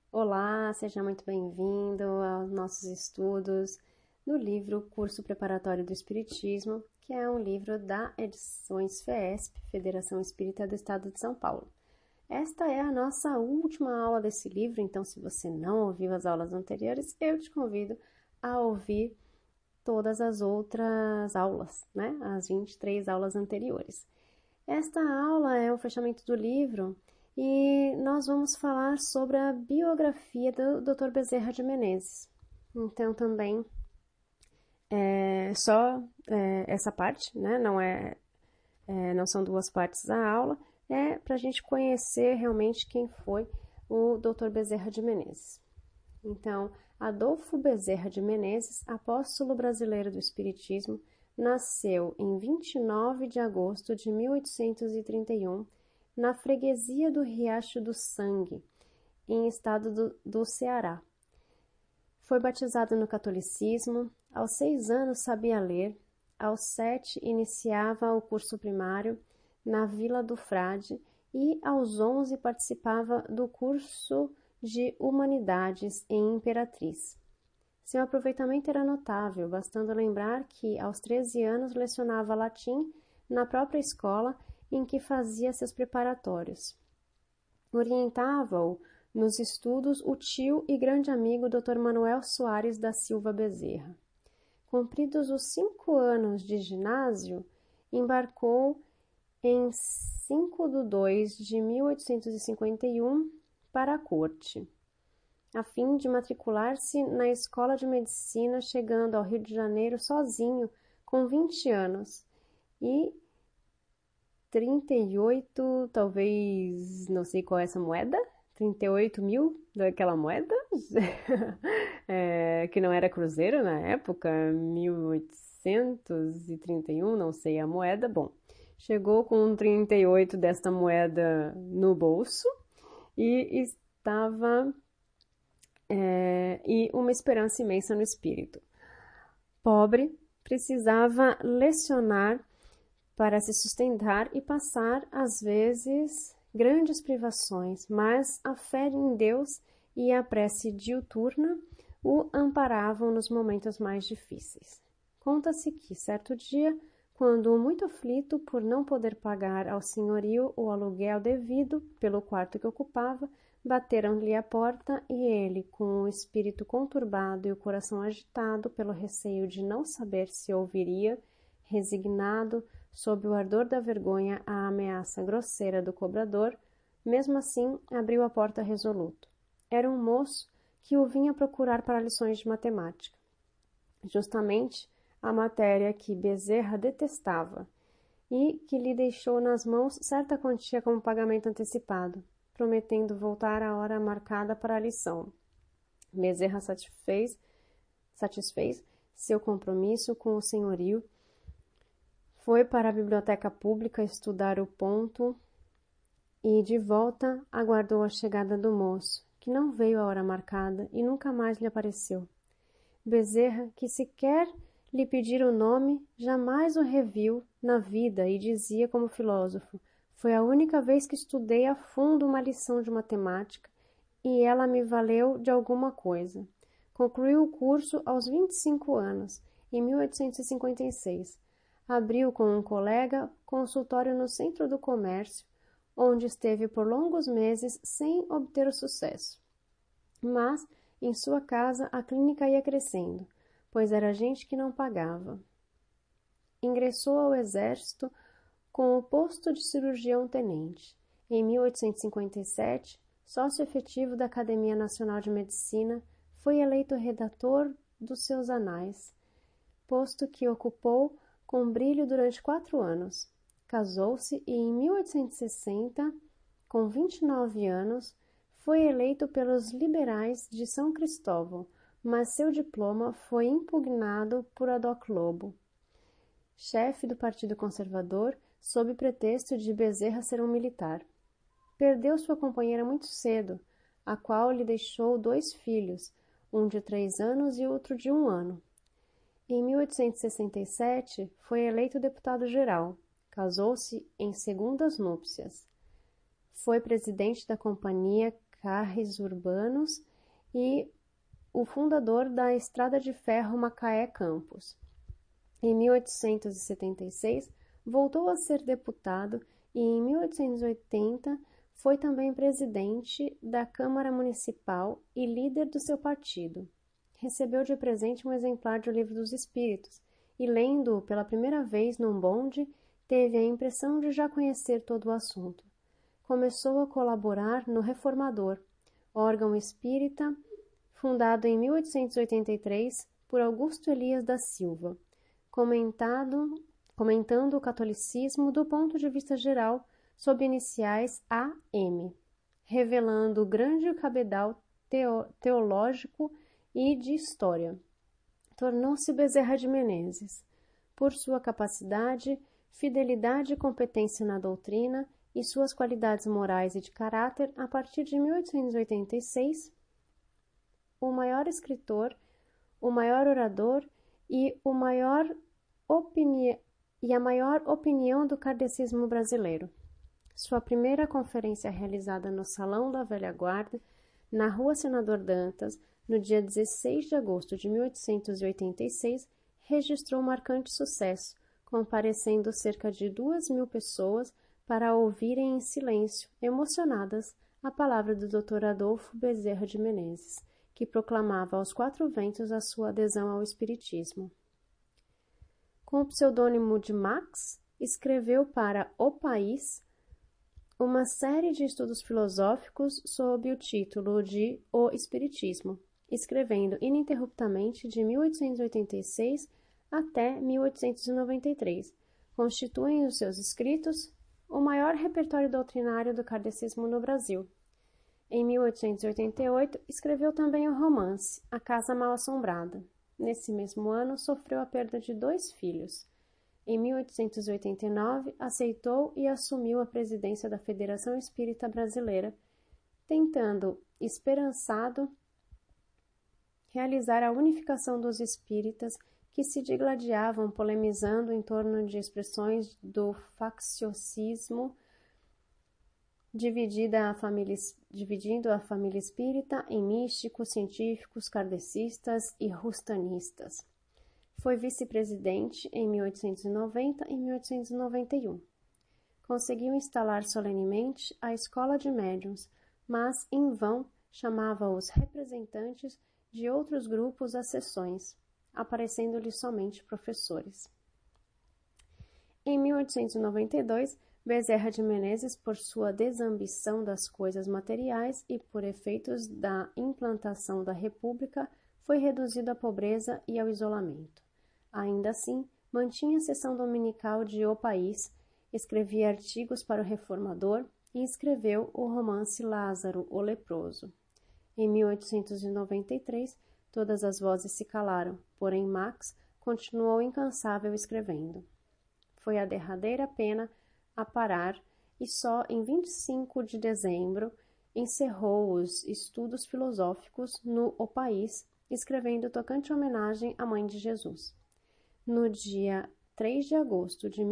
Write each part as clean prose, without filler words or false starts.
Olá, seja muito bem-vindo aos nossos estudos no livro Curso Preparatório do Espiritismo, que é um livro da Edições FEESP, Federação Espírita do Estado de São Paulo. Esta é a nossa última aula desse livro, então se você não ouviu as aulas anteriores, eu te convido a ouvir todas as outras aulas, né? As 23 aulas anteriores. Esta aula é o fechamento do livro e nós vamos falar sobre a biografia do Dr. Bezerra de Menezes. Então, também essa parte, né? Não são duas partes da aula, é para a gente conhecer realmente quem foi o Dr. Bezerra de Menezes. Então, Adolfo Bezerra de Menezes, apóstolo brasileiro do Espiritismo, nasceu em 29 de agosto de 1831, na freguesia do Riacho do Sangue, em estado do Ceará. Foi batizado no catolicismo, aos 6 anos sabia ler, aos 7 iniciava o curso primário na Vila do Frade e aos 11 participava do curso de Humanidades em Imperatriz. Seu aproveitamento era notável, bastando lembrar que aos 13 anos lecionava latim na própria escola em que fazia seus preparatórios. Orientava-o nos estudos o tio e grande amigo Dr. Manuel Soares da Silva Bezerra. Cumpridos os 5 anos de ginásio, embarcou em 5 de 2 de 1851 para a corte, a fim de matricular-se na Escola de Medicina, chegando ao Rio de Janeiro sozinho, com 20 anos, e 38, talvez, não sei qual é essa moeda, 38 mil daquela moeda, que não era cruzeiro na época, 1831, não sei a moeda, bom, chegou com 38 desta moeda no bolso e estava e uma esperança imensa no espírito. Pobre, precisava lecionar para se sustentar e passar, às vezes, grandes privações, mas a fé em Deus e a prece diuturna o amparavam nos momentos mais difíceis. Conta-se que, certo dia, quando muito aflito por não poder pagar ao senhorio o aluguel devido pelo quarto que ocupava, bateram-lhe à porta e ele, com o espírito conturbado e o coração agitado pelo receio de não saber se ouviria, resignado, sob o ardor da vergonha, a ameaça grosseira do cobrador, mesmo assim abriu a porta resoluto. Era um moço que o vinha procurar para lições de matemática. Justamente a matéria que Bezerra detestava e que lhe deixou nas mãos certa quantia como pagamento antecipado, prometendo voltar à hora marcada para a lição. Bezerra satisfez seu compromisso com o senhorio, foi para a biblioteca pública estudar o ponto e, de volta, aguardou a chegada do moço, que não veio à hora marcada e nunca mais lhe apareceu. Bezerra, que sequer lhe pedir o nome, jamais o reviu na vida e dizia como filósofo: foi a única vez que estudei a fundo uma lição de matemática e ela me valeu de alguma coisa. Concluiu o curso aos 25 anos, em 1856. Abriu com um colega consultório no centro do comércio, onde esteve por longos meses sem obter o sucesso. Mas, em sua casa, a clínica ia crescendo, pois era gente que não pagava. Ingressou ao exército com o posto de cirurgião-tenente. Em 1857, sócio efetivo da Academia Nacional de Medicina, foi eleito redator dos seus anais, posto que ocupou com brilho durante 4 anos. Casou-se e, em 1860, com 29 anos, foi eleito pelos liberais de São Cristóvão, mas seu diploma foi impugnado por Adoc Lobo, chefe do Partido Conservador, sob pretexto de Bezerra ser um militar. Perdeu sua companheira muito cedo, a qual lhe deixou 2 filhos, um de 3 anos e outro de 1 ano. Em 1867, foi eleito deputado-geral. Casou-se em segundas núpcias. Foi presidente da Companhia carros urbanos e o fundador da Estrada de Ferro Macaé-Campos. Em 1876, voltou a ser deputado e em 1880 foi também presidente da Câmara Municipal e líder do seu partido. Recebeu de presente um exemplar do Livro dos Espíritos e, lendo-o pela primeira vez num bonde, teve a impressão de já conhecer todo o assunto. Começou a colaborar no Reformador, órgão espírita fundado em 1883 por Augusto Elias da Silva, comentando o catolicismo do ponto de vista geral sob iniciais A.M., revelando o grande cabedal teológico e de história. Tornou-se Bezerra de Menezes, por sua capacidade, fidelidade e competência na doutrina e suas qualidades morais e de caráter, a partir de 1886, o maior escritor, o maior orador e a maior opinião do kardecismo brasileiro. Sua primeira conferência realizada no Salão da Velha Guarda, na Rua Senador Dantas, no dia 16 de agosto de 1886, registrou marcante sucesso, comparecendo cerca de 2.000 pessoas para ouvirem em silêncio, emocionadas, a palavra do Dr. Adolfo Bezerra de Menezes, que proclamava aos quatro ventos a sua adesão ao Espiritismo. Com o pseudônimo de Max, escreveu para O País uma série de estudos filosóficos sob o título de O Espiritismo, escrevendo ininterruptamente de 1886 até 1893. Constituem os seus escritos o maior repertório doutrinário do kardecismo no Brasil. Em 1888, escreveu também o romance A Casa Mal-Assombrada. Nesse mesmo ano, sofreu a perda de 2 filhos. Em 1889, aceitou e assumiu a presidência da Federação Espírita Brasileira, tentando, esperançado, realizar a unificação dos espíritas que se digladiavam polemizando em torno de expressões do facciosismo, dividindo a família espírita em místicos, científicos, kardecistas e rustanistas. Foi vice-presidente em 1890 e 1891. Conseguiu instalar solenemente a escola de médiuns, mas, em vão, chamava os representantes de outros grupos às sessões, aparecendo-lhe somente professores. Em 1892, Bezerra de Menezes, por sua desambição das coisas materiais e por efeitos da implantação da República, foi reduzido à pobreza e ao isolamento. Ainda assim, mantinha a sessão dominical de O País, escrevia artigos para o Reformador e escreveu o romance Lázaro, o Leproso. Em 1893, todas as vozes se calaram, porém Max continuou incansável escrevendo. Foi a derradeira pena a parar e só em 25 de dezembro encerrou os estudos filosóficos no O País, escrevendo tocante homenagem à Mãe de Jesus. No dia 3 de agosto de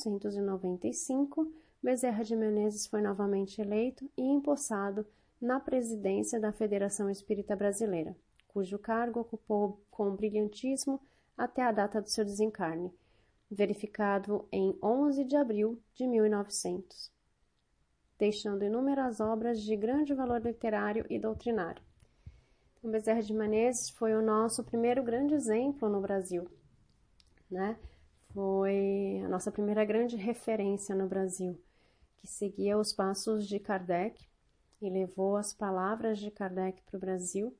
1895, Bezerra de Menezes foi novamente eleito e empossado na presidência da Federação Espírita Brasileira, cujo cargo ocupou com brilhantismo até a data do seu desencarne, verificado em 11 de abril de 1900, deixando inúmeras obras de grande valor literário e doutrinário. Então, Bezerra de Menezes foi o nosso primeiro grande exemplo no Brasil, né? Foi a nossa primeira grande referência no Brasil, que seguia os passos de Kardec e levou as palavras de Kardec para o Brasil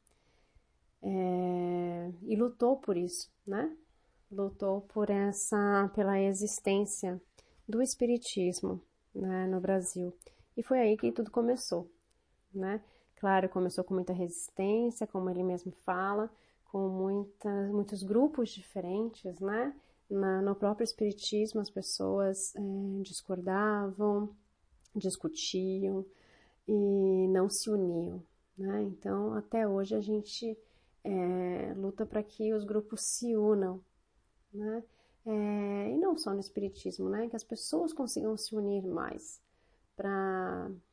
e lutou por isso, né? Lutou pela existência do espiritismo, né, no Brasil. E foi aí que tudo começou, né? Claro, começou com muita resistência, como ele mesmo fala, com muitos grupos diferentes, né? No próprio espiritismo as pessoas discordavam, discutiam e não se uniam, né? Então, até hoje a gente luta para que os grupos se unam, né? E não só no espiritismo, né? Que as pessoas consigam se unir mais para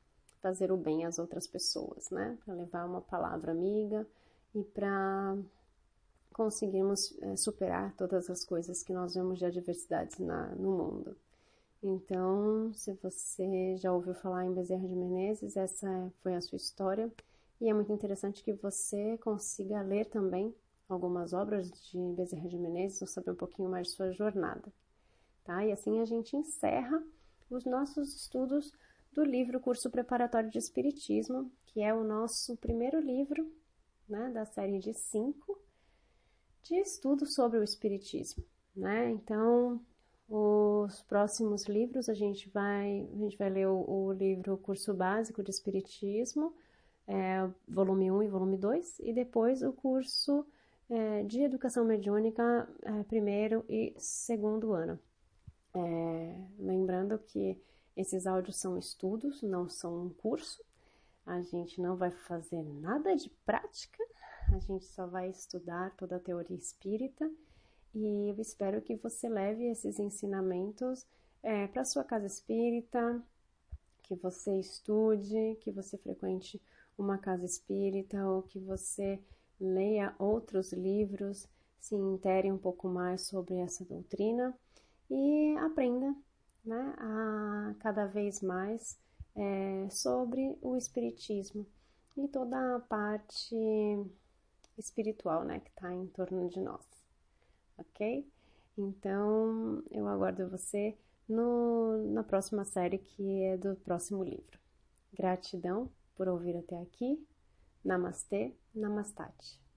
fazer o bem às outras pessoas, né? Para levar uma palavra amiga e para conseguirmos superar todas as coisas que nós vemos de adversidades no mundo. Então, se você já ouviu falar em Bezerra de Menezes, essa foi a sua história. E é muito interessante que você consiga ler também algumas obras de Bezerra de Menezes, ou saber um pouquinho mais de sua jornada. Tá? E assim a gente encerra os nossos estudos do livro Curso Preparatório de Espiritismo, que é o nosso primeiro livro, né, da série de 5 de estudo sobre o Espiritismo, né? Então, os próximos livros a gente vai ler o livro Curso Básico de Espiritismo, volume 1 e volume 2, e depois o curso de Educação Mediúnica, primeiro e segundo ano. Lembrando que esses áudios são estudos, não são um curso. A gente não vai fazer nada de prática, a gente só vai estudar toda a teoria espírita e eu espero que você leve esses ensinamentos para sua casa espírita, que você estude, que você frequente uma casa espírita ou que você leia outros livros, se intere um pouco mais sobre essa doutrina e aprenda, né, a cada vez mais sobre o Espiritismo e toda a parte espiritual, né, que está em torno de nós, ok? Então, eu aguardo você na próxima série, que é do próximo livro. Gratidão por ouvir até aqui. Namastê, Namastate.